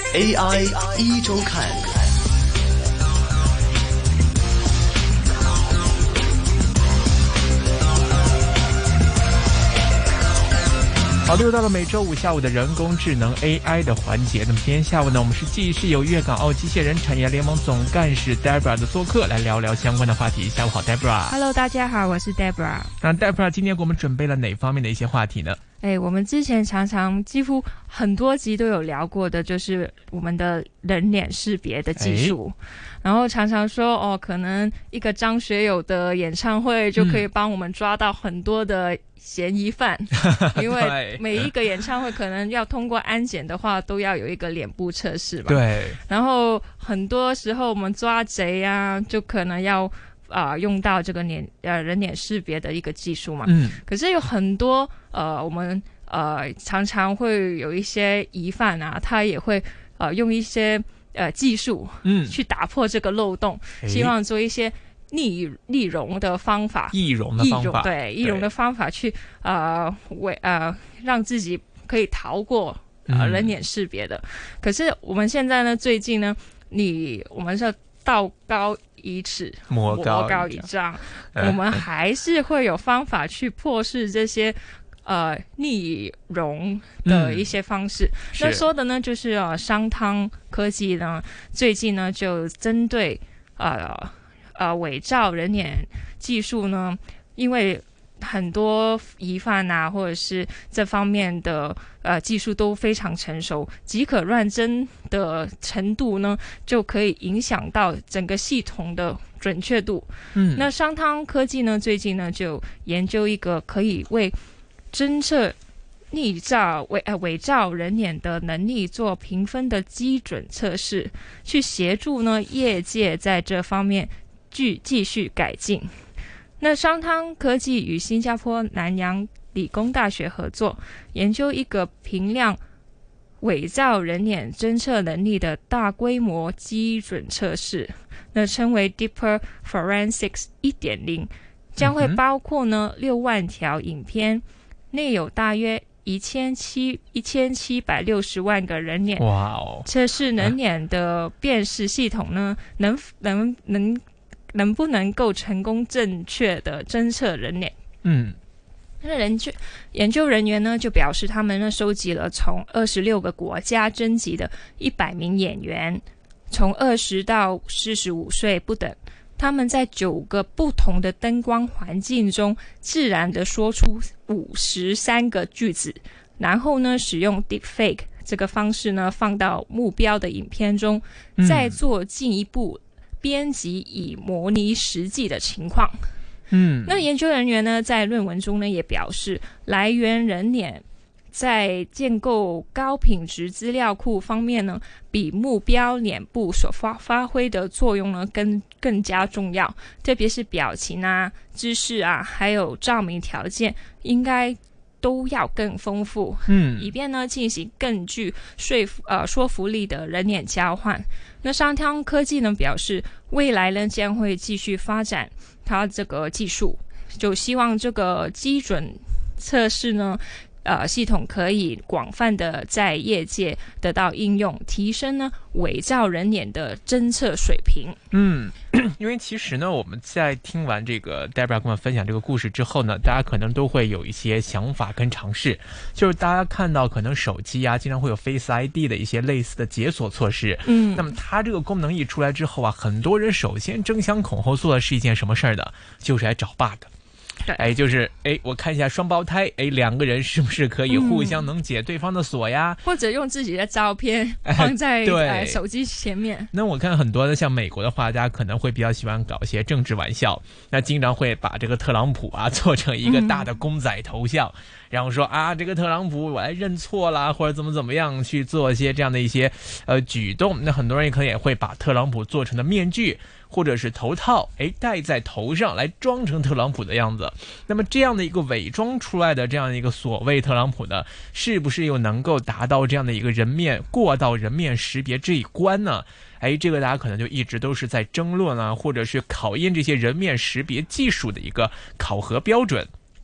AI 一周看。 好的，又到了每周五下午的人工智能 AI 的环节。那么今天下午呢，我们是继续由粤港澳机械人产业联盟总干事 Deborah 的做客，来聊聊相关的话题。下午好 ，Deborah。Hello， 大家好，我是 Deborah。 那 Deborah 今天给我们准备了哪方面的一些话题呢？ 我们之前常常几乎很多集都有聊过的，就是我们的人脸识别的技术。然后常常说可能一个张学友的演唱会就可以帮我们抓到很多的嫌疑犯，因为每一个演唱会可能要通过安检的话，都要有一个脸部测试嘛。 对。然后很多时候我们抓贼啊，就可能要用到这个人脸识别的一个技术嘛。可是有很多我们常常会有一些疑犯啊，他也会用一些技术去打破这个漏洞，希望做一些易容的方法，易容的方法去让自己可以逃过人脸识别的。可是我们现在呢，最近呢，我们是道高一尺，魔高一丈，我们还是会有方法去破释这些逆容的一些方式。那说的呢，就是商汤科技呢，最近呢就针对伪造人脸技术呢，因为很多疑犯啊，或者是这方面的技术都非常成熟，即可乱真的程度呢，就可以影响到整个系统的准确度。那商汤科技呢，最近呢就研究一个可以为侦测伪造人脸的能力做评分的基准测试，去协助呢业界在这方面继续改进。那商汤科技与新加坡南洋理工大学合作，研究一个评量伪造人脸侦测能力的大规模基准测试，那称为 Deeper Forensics 1.0， 将会包括呢6万条影片，内有大约1760万个人脸。测试人脸的辨识系统呢，能不能够成功正确的侦测人脸。那研究人员呢就表示，他们呢收集了从26个国家征集的100名演员，从20到45岁不等，他们在9个不同的灯光环境中自然的说出53个句子，然后呢使用 Deepfake 这个方式呢放到目标的影片中，再做进一步编辑以模拟实际的情况。那研究人员呢在论文中呢也表示，来源人脸在建构高品质资料库方面呢，比目标脸部所发挥的作用呢更加重要，特别是表情啊、姿势啊，还有照明条件应该都要更丰富，以便呢进行更具说服力的人脸交换。那商汤科技呢表示，未来呢将会继续发展它这个技术，就希望这个基准测试呢系统可以广泛的在业界得到应用，提升呢伪造人脸的侦测水平。 因为其实呢，我们在听完这个 Deborah 跟我们分享这个故事之后呢，大家可能都会有一些想法跟尝试，就是大家看到可能手机啊经常会有 Face ID 的一些类似的解锁措施。那么它这个功能一出来之后啊，很多人首先争先恐后做的是一件什么事儿呢？就是来找 bug。就是我看一下双胞胎两个人是不是可以互相能解对方的锁呀， 或者用自己的照片放在手机前面。 那我看很多的像美国的画家可能会比较喜欢搞一些政治玩笑，那经常会把这个特朗普啊做成一个大的公仔头像，然后说这个特朗普我来认错啦，或者怎么样去做一些这样的一些举动。那很多人可能也会把特朗普做成的面具或者是头套戴在头上来装成特朗普的样子。那么这样的一个伪装出来的这样的一个所谓特朗普呢，是不是又能够达到这样的一个过到人面识别这一关呢？这个大家可能就一直都是在争论啊，或者是考验这些人面识别技术的一个考核标准。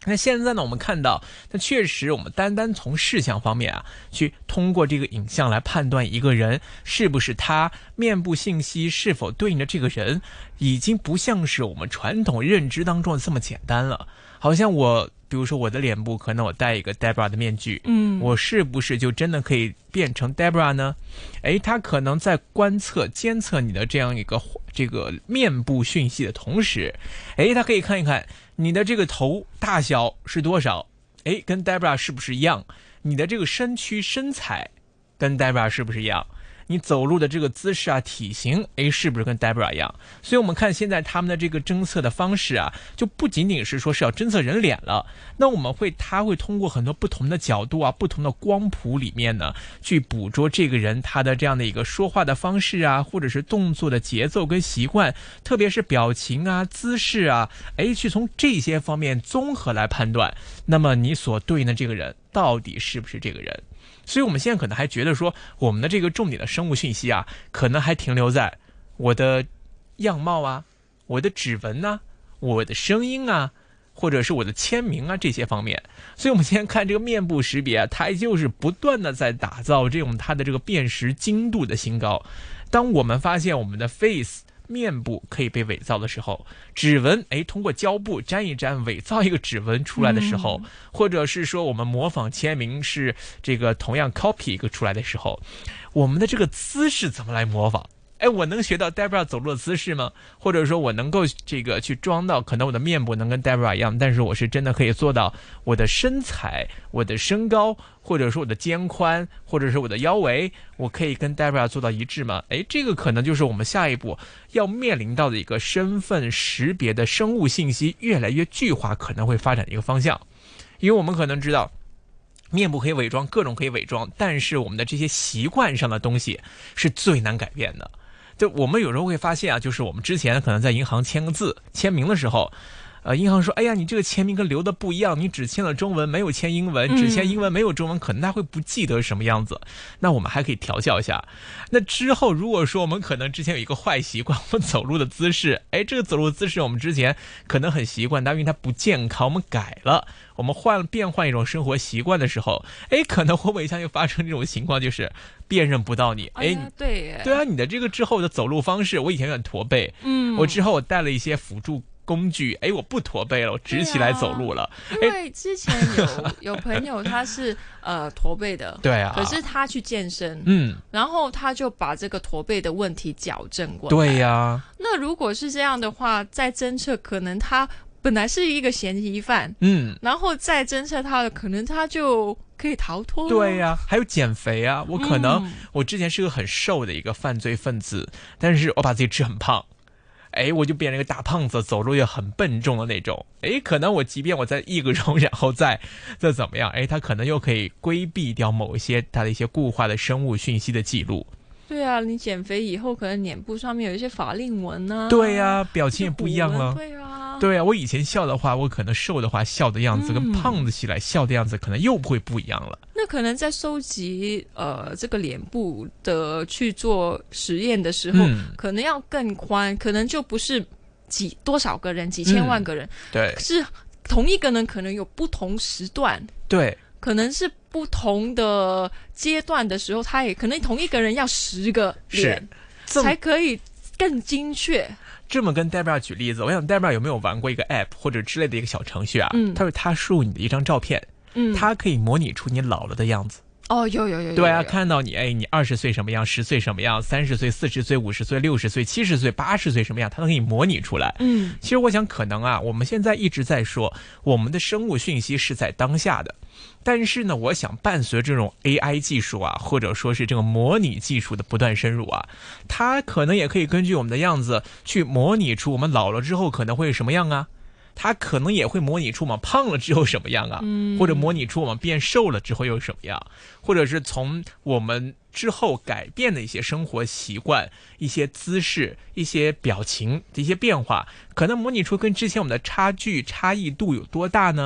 那现在呢，我们看到，那确实我们单单从视像方面啊，去通过这个影像来判断一个人是不是他面部信息是否对应的这个人，已经不像是我们传统认知当中的这么简单了。好像比如说我的脸部，可能我戴一个 Deborah 的面具，我是不是就真的可以变成 Deborah 呢？他可能在监测你的这样一个这个面部讯息的同时，他可以看一看你的这个头大小是多少，跟 Deborah 是不是一样？你的这个身躯身材跟 Deborah 是不是一样？你走路的这个姿势啊，体型，是不是跟 Deborah 一样？所以我们看现在他们的这个侦测的方式啊，就不仅仅是说是要侦测人脸了，那他会通过很多不同的角度啊，不同的光谱里面呢，去捕捉这个人他的这样的一个说话的方式啊，或者是动作的节奏跟习惯，特别是表情啊、姿势啊，去从这些方面综合来判断，那么你所对应的这个人到底是不是这个人？所以我们现在可能还觉得说，我们的这个重点的生物讯息啊，可能还停留在我的样貌啊、我的指纹啊、我的声音啊，或者是我的签名啊这些方面。所以我们现在看这个面部识别啊，它就是不断的在打造这种它的这个辨识精度的新高。当我们发现我们的 face面部可以被伪造的时候，指纹通过胶布粘一粘伪造一个指纹出来的时候，或者是说我们模仿签名是这个同样 copy 一个出来的时候，我们的这个姿势怎么来模仿？我能学到 Deborah 走路的姿势吗？或者说我能够这个去装到可能我的面部能跟 Deborah 一样，但是我是真的可以做到我的身材、我的身高，或者说我的肩宽，或者是我的腰围，我可以跟 Deborah 做到一致吗？这个可能就是我们下一步要面临到的一个身份识别的生物信息越来越具化可能会发展的一个方向。因为我们可能知道面部可以伪装，各种可以伪装，但是我们的这些习惯上的东西是最难改变的。就我们有时候会发现啊，就是我们之前可能在银行签个字签名的时候，银行说，哎呀，你这个签名跟留的不一样，你只签了中文，没有签英文，只签英文没有中文，可能他会不记得什么样子。那我们还可以调教一下。那之后如果说我们可能之前有一个坏习惯，我们走路的姿势，这个走路的姿势我们之前可能很习惯，但因为它不健康，我们改了，我们变换一种生活习惯的时候，可能会不会像又发生这种情况，就是辨认不到你。 对啊，你的这个之后的走路方式，我以前有点驼背，我之后我带了一些辅助工具，我不驼背了，我直起来走路了。 因为之前有朋友他是驼背的， 对啊， 可是他去健身，然后他就把这个驼背的问题矫正过来。 对呀， 那如果是这样的话，在侦测可能他本来是一个嫌疑犯，然后再侦测他的，可能他就可以逃脱。 对呀，还有减肥啊，我可能我之前是个很瘦的一个犯罪分子，但是我把自己吃很胖。我就变成一个大胖子，走路也很笨重的那种。可能我即便我再易个容，然后再怎么样，他可能又可以规避掉某一些他的一些固化的生物讯息的记录。 对啊，你减肥以后可能脸部上面有一些法令纹啊。 对啊，表情也不一样了。 对啊， 我以前笑的话，我可能瘦的话笑的样子跟胖子起来笑的样子可能又会不一样了。 那可能在收集这个脸部的去做实验的时候，可能要更宽，可能就不是多少个人，几千万个人， 对， 是同一个人可能有不同时段， 对， 可能是不同的阶段的时候，他也可能同一个人要10个脸才可以更精确。 这么跟 Deborah 举例子，我想 Deborah 有没有玩过一个 app 或者之类的一个小程序啊？他输入你的一张照片，它可以模拟出你老了的样子。 有。 对啊，看到你，你20岁什么样，10岁什么样，30岁、40岁、50岁、60岁、70岁、80岁什么样，它都可以模拟出来。其实我想可能啊，我们现在一直在说我们的生物讯息是在当下的，但是呢，我想伴随这种 AI 技术啊，或者说是这种模拟技术的不断深入啊，它可能也可以根据我们的样子去模拟出我们老了之后可能会什么样啊。它可能也会模拟出我们胖了之后什么样啊，或者模拟出我们变瘦了之后又什么样，或者是从我们之后改变的一些生活习惯、一些姿势、一些表情的一些变化，可能模拟出跟之前我们的差异度有多大呢？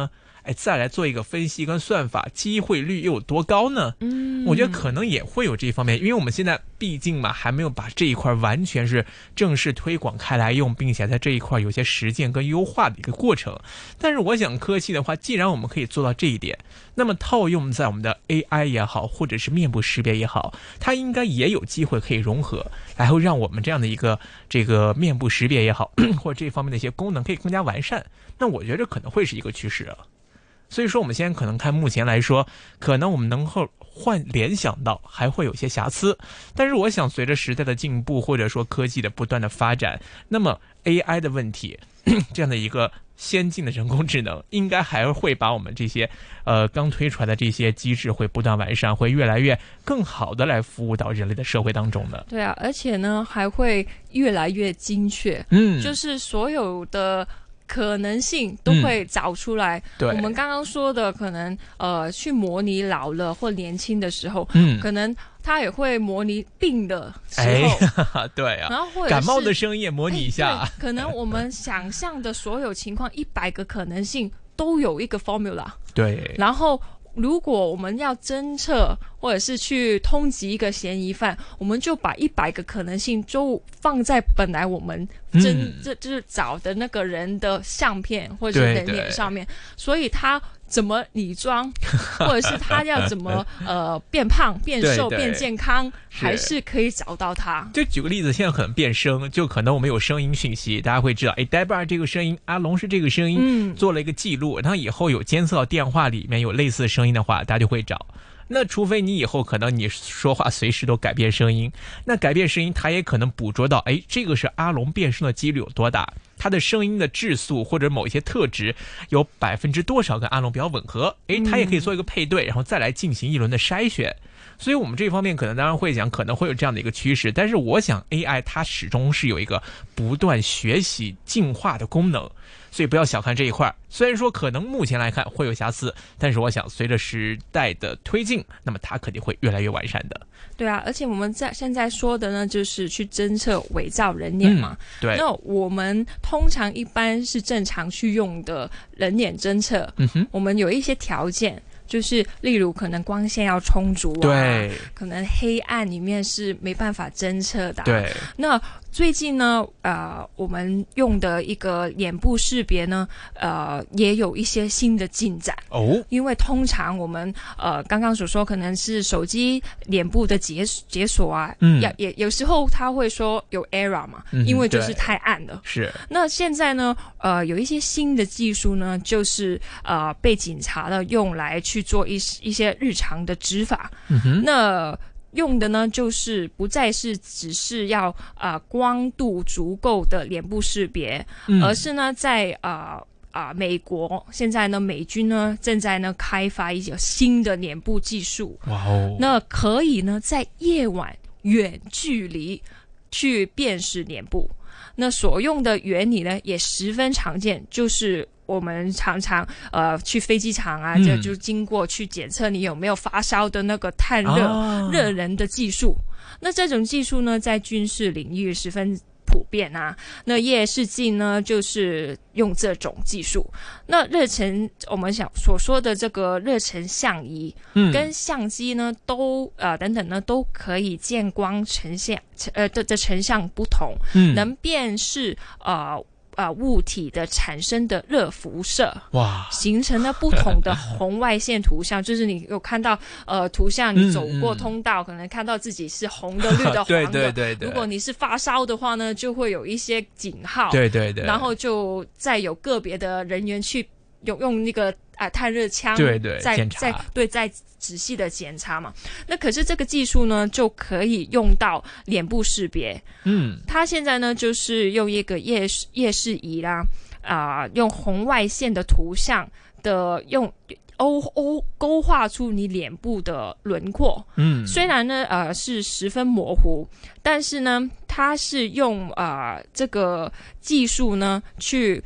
再来做一个分析跟算法，机会率又有多高呢？我觉得可能也会有这一方面，因为我们现在毕竟嘛还没有把这一块完全是正式推广开来用，并且在这一块有些实践跟优化的一个过程。但是我想科技的话，既然我们可以做到这一点，那么套用在我们的 AI 也好，或者是面部识别也好，它应该也有机会可以融合，然后让我们这样的一个这个面部识别也好，或者这方面的一些功能可以更加完善。那我觉得可能会是一个趋势了。所以说我们现在可能看目前来说，可能我们能够联想到还会有些瑕疵，但是我想随着时代的进步，或者说科技的不断的发展，那么 AI 的问题这样的一个先进的人工智能应该还会把我们这些刚推出来的这些机制会不断完善，会越来越更好的来服务到人类的社会当中的。 对啊，而且呢还会越来越精确，就是所有的可能性都会找出来。我们刚刚说的可能去模拟老了或年轻的时候，可能它也会模拟病的时候， 对啊， 然后或者是感冒的声音也模拟一下， 可能我们想象的所有情况100个可能性都有一个 formula， 对， 然后如果我们要侦测或者是去通缉一个嫌疑犯，我们就把100个可能性就放在本来我们就是找的那个人的相片或者是人脸上面，所以他怎么拟装，或者是他要怎么变胖、变瘦、变健康，还是可以找到他。 就举个例子，现在可能变声，就可能我们有声音讯息，大家会知道，Deborah 这个声音，阿龙是这个声音，做了一个记录，然后以后有监测到电话里面有类似的声音的话，大家就会找。那除非你以后可能你说话随时都改变声音，那改变声音它也可能捕捉到，这个是阿龙变声的几率有多大，他的声音的质素或者某一些特质有多少跟阿龙比较吻合，他也可以做一个配对，然后再来进行一轮的筛选。所以我们这方面可能当然会讲可能会有这样的一个趋势，但是我想 AI 它始终是有一个不断学习进化的功能，所以不要小看这一块。虽然说可能目前来看会有瑕疵，但是我想随着时代的推进，那么它肯定会越来越完善的。 对啊，而且我们现在说的呢，就是去侦测伪造人脸嘛。 对。 那我们通常一般是正常去用的人脸侦测，我们有一些条件。就是例如可能光线要充足啊， 对， 可能黑暗里面是没办法侦测的。 对， 那最近呢，我们用的一个脸部识别呢，也有一些新的进展哦。因为通常我们刚刚所说可能是手机脸部的解锁啊，也有时候他会说有 error 嘛，因为就是太暗了。 是。那现在呢，有一些新的技术呢，就是被警察呢用来去做一些日常的执法。那用的呢，就是不再是只是要光度足够的脸部识别，而是呢在美国现在呢美军呢正在呢开发一些新的脸部技术。哇哦！那可以呢在夜晚远距离去辨识脸部。那所用的原理呢也十分常见，就是我们常常去飞机场啊，就经过去检测你有没有发烧的那个探热人的技术。那这种技术呢在军事领域十分普遍啊。那夜视镜呢就是用这种技术。那我们所说的这个热成像仪跟相机呢都等等呢都可以见光成像的成像不同，能辨识物体的产生的热辐射，哇，形成了不同的红外线图像。就是你有看到图像，你走过通道，可能看到自己是红的、绿的、黄的。对。如果你是发烧的话呢，就会有一些警号。对。然后就再有个别的人员去用那个探热枪，再仔细的检查嘛。那可是这个技术呢，就可以用到脸部识别。它现在呢，就是用一个夜视仪啦，用红外线的图像的用勾画出你脸部的轮廓。虽然呢是十分模糊，但是呢它是用这个技术呢去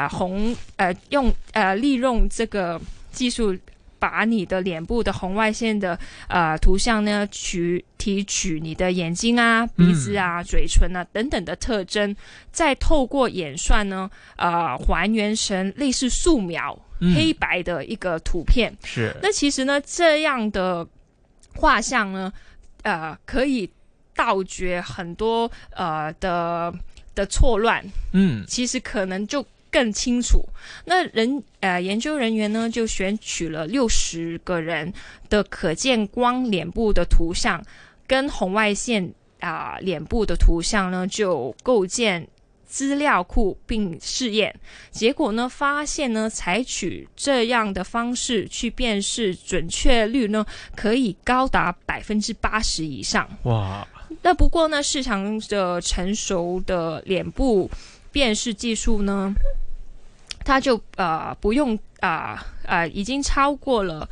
利用这个技术把你的脸部的红外线的图像呢提取你的眼睛啊、鼻子啊、嘴唇啊等等的特征，再透过演算呢还原成类似素描黑白的一个图片。 是。 那其实呢，这样的画像呢，可以杜绝很多的错乱。其实可能就更清楚。那研究人员呢，就选取了60个人的可见光脸部的图像，跟红外线脸部的图像呢，就构建资料库并试验。结果呢，发现呢，采取这样的方式去辨识，准确率呢，可以高达80%以上。 哇！ 那不过呢，市场的成熟的脸部辨识技术呢，它就不用已经超过了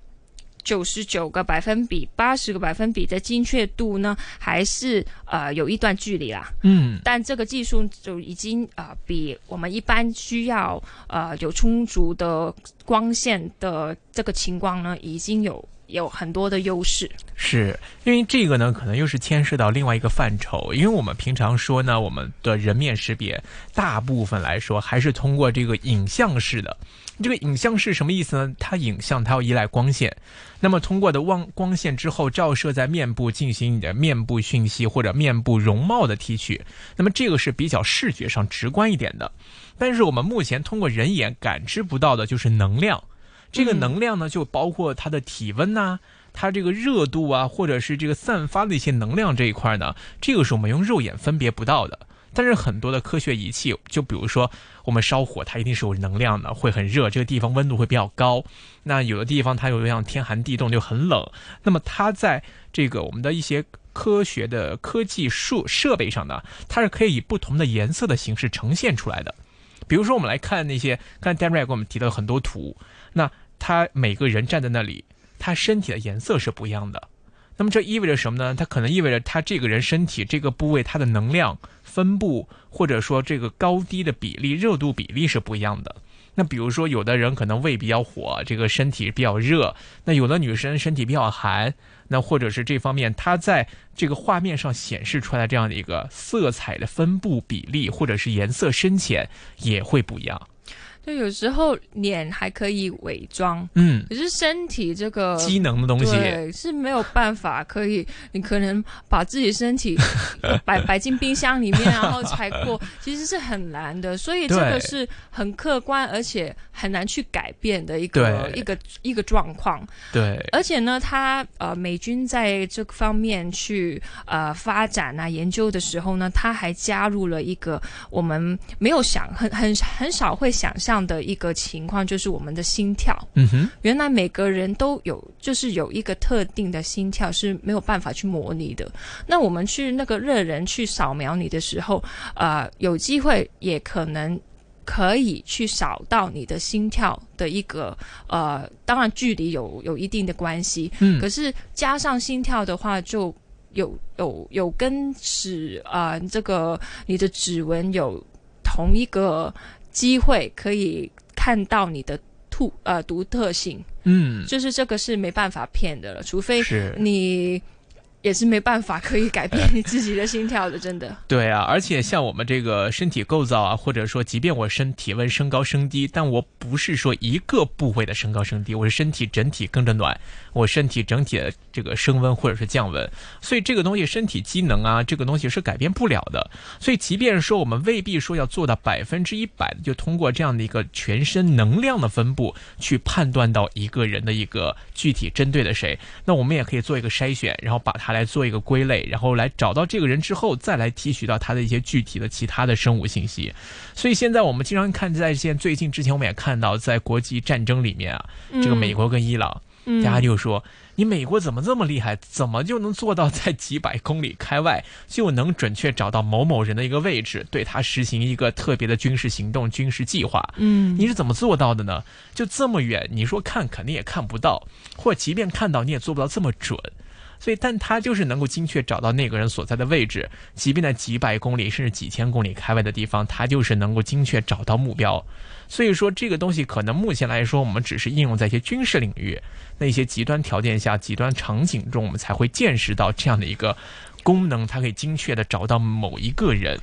99个百分比，80个百分比的精确度呢，还是有一段距离啦。但这个技术就已经比我们一般需要有充足的光线的这个情况呢，已经有很多的优势。 是因为这个呢，可能又是牵涉到另外一个范畴。因为我们平常说呢，我们的人面识别大部分来说还是通过这个影像式的。这个影像是什么意思呢？它影像它要依赖光线，那么通过的光线之后照射在面部，进行你的面部讯息或者面部容貌的提取，那么这个是比较视觉上直观一点的。但是我们目前通过人眼感知不到的就是能量。这个能量呢，就包括它的体温啊，它这个热度啊，或者是这个散发的一些能量这一块呢，这个是我们用肉眼分别不到的。但是很多的科学仪器，就比如说我们烧火，它一定是有能量的，会很热，这个地方温度会比较高。那有的地方它有像天寒地冻就很冷，那么它在这个我们的一些科学的科技设备上呢，它是可以以不同的颜色的形式呈现出来的。比如说我们来看那些，刚才 Dan Ray 给我们提到很多图，那他每个人站在那里，他身体的颜色是不一样的。那么这意味着什么呢？它可能意味着他这个人身体这个部位它的能量分布，或者说这个高低的比例、热度比例是不一样的。那比如说有的人可能胃比较火，这个身体比较热，那有的女生身体比较寒，那或者是这方面它在这个画面上显示出来这样的一个色彩的分布比例，或者是颜色深浅也会不一样。 就有时候脸还可以伪装，可是身体这个机能的东西对是没有办法可以，你可能把自己身体摆进冰箱里面，然后才过，其实是很难的。所以这个是很客观，而且很难去改变的一个状况。 对， 而且呢，他美军在这方面去发展研究的时候呢，他还加入了一个我们没有很少会想象的一个情况，就是我们的心跳。原来每个人都就是有一个特定的心跳是没有办法去模拟的。那我们去那个热人去扫描你的时候，有机会也可能可以去扫到你的心跳的一个当然距离有一定的关系，可是加上心跳的话，就有跟这个你的指纹有同一个机会可以看到你的独特性。就是这个是没办法骗的了，除非你也是没办法可以改变你自己的心跳的，真的。 对啊，而且像我们这个身体构造啊，或者说即便我体温升高升低，但我不是说一个部位的升高升低，我是身体整体跟着暖，我身体整体的这个升温或者是降温，所以这个东西身体机能啊，这个东西是改变不了的。所以即便说我们未必说要做到100%就通过这样的一个全身能量的分布去判断到一个人的一个具体针对的谁，那我们也可以做一个筛选，然后把它来做一个归类，然后来找到这个人之后，再来提取到他的一些具体的其他的生物信息。所以现在我们经常看在最近之前我们也看到，在国际战争里面啊，这个美国跟伊朗，大家就说你美国怎么这么厉害，怎么就能做到在几百公里开外就能准确找到某某人的一个位置，对他实行一个特别的军事行动、军事计划？你是怎么做到的呢？就这么远，你说看肯定也看不到，或者即便看到你也做不到这么准。所以但他就是能够精确找到那个人所在的位置，即便在几百公里甚至几千公里开外的地方，他就是能够精确找到目标。所以说这个东西可能目前来说我们只是应用在一些军事领域，那些极端条件下、极端场景中，我们才会见识到这样的一个功能，它可以精确的找到某一个人。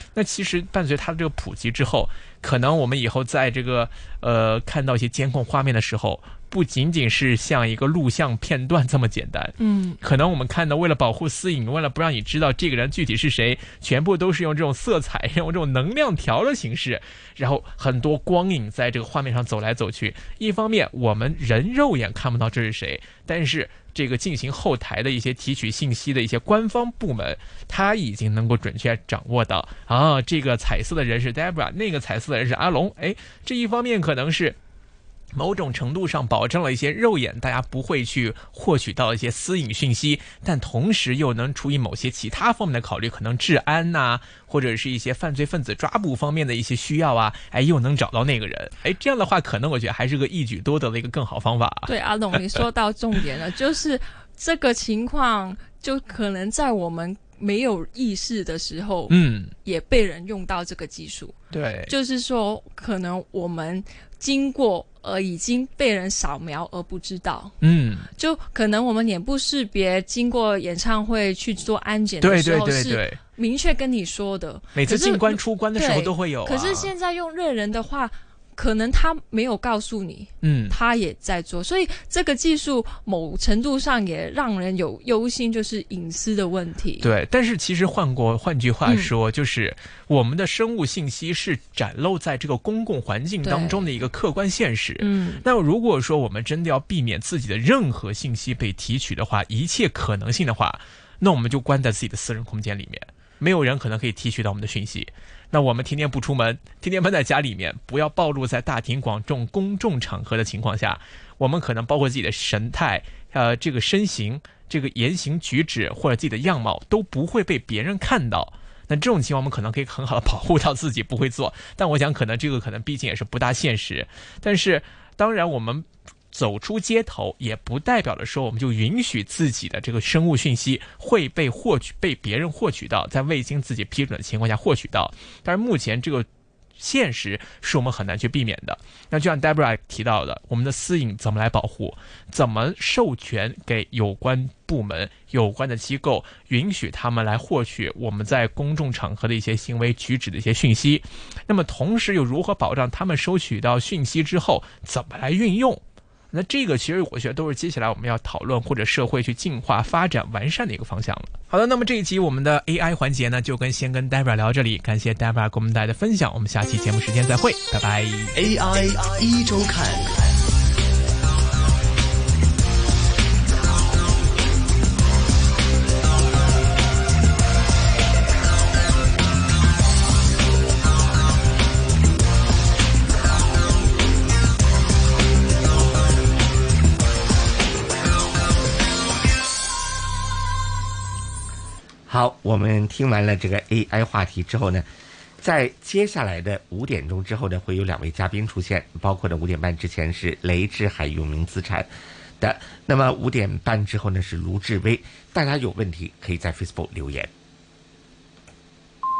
那其实伴随它的这个普及之后，可能我们以后在这个看到一些监控画面的时候，不仅仅是像一个录像片段这么简单，可能我们看到为了保护私隐，为了不让你知道这个人具体是谁，全部都是用这种色彩，用这种能量条的形式，然后很多光影在这个画面上走来走去。一方面我们人肉眼看不到这是谁，但是这个进行后台的一些提取信息的一些官方部门，他已经能够准确掌握到啊，这个彩色的人是 Deborah， 那个彩色的人是阿龙。这一方面可能是某种程度上保证了一些肉眼大家不会去获取到一些私隐讯息，但同时又能出于某些其他方面的考虑，可能治安呐，或者是一些犯罪分子抓捕方面的一些需要啊，又能找到那个人。这样的话可能我觉得还是个一举多得的一个更好方法。 对，阿龙你说到重点了，就是这个情况就可能在我们没有意识的时候，也被人用到这个技术。 对， 就是说可能我们经过已经被人扫描而不知道，就可能我们脸部识别经过演唱会去做安检的时候是明确跟你说的， 每次进关出关的时候都会有可是现在用热人的话，可能他没有告诉你，他也在做，所以这个技术某程度上也让人有忧心，就是隐私的问题。 对，但是其实换句话说，就是我们的生物信息是展露在这个公共环境当中的一个客观现实。那如果说我们真的要避免自己的任何信息被提取的话，一切可能性的话，那我们就关在自己的私人空间里面，没有人可能可以提取到我们的讯息。那我们天天不出门，天天闷在家里面，不要暴露在大庭广众公众场合的情况下，我们可能包括自己的神态这个身形，这个言行举止或者自己的样貌都不会被别人看到。那这种情况我们可能可以很好的保护到自己不会做，但我想可能这个可能毕竟也是不大现实。但是当然我们走出街头也不代表了说我们就允许自己的这个生物讯息会被别人获取到，在未经自己批准的情况下获取到。但是目前这个现实是我们很难去避免的。那就像 Deborah 提到的，我们的私隐怎么来保护，怎么授权给有关部门有关的机构，允许他们来获取我们在公众场合的一些行为举止的一些讯息，那么同时又如何保障他们收取到讯息之后怎么来运用。那这个其实我觉得都是接下来我们要讨论或者社会去进化发展完善的一个方向了。好的，那么这一集我们的 AI 环节呢就先跟 Deborah 聊这里，感谢 Deborah 给我们带来的分享，我们下期节目时间再会，拜拜。 AI 一周看。 好，我们听完了这个 AI 话题之后呢，在接下来的5点钟之后呢，会有2位嘉宾出现，包括呢5点半之前是雷志海永明资产的，那么5点半之后呢是卢志威。大家有问题可以在 Facebook 留言。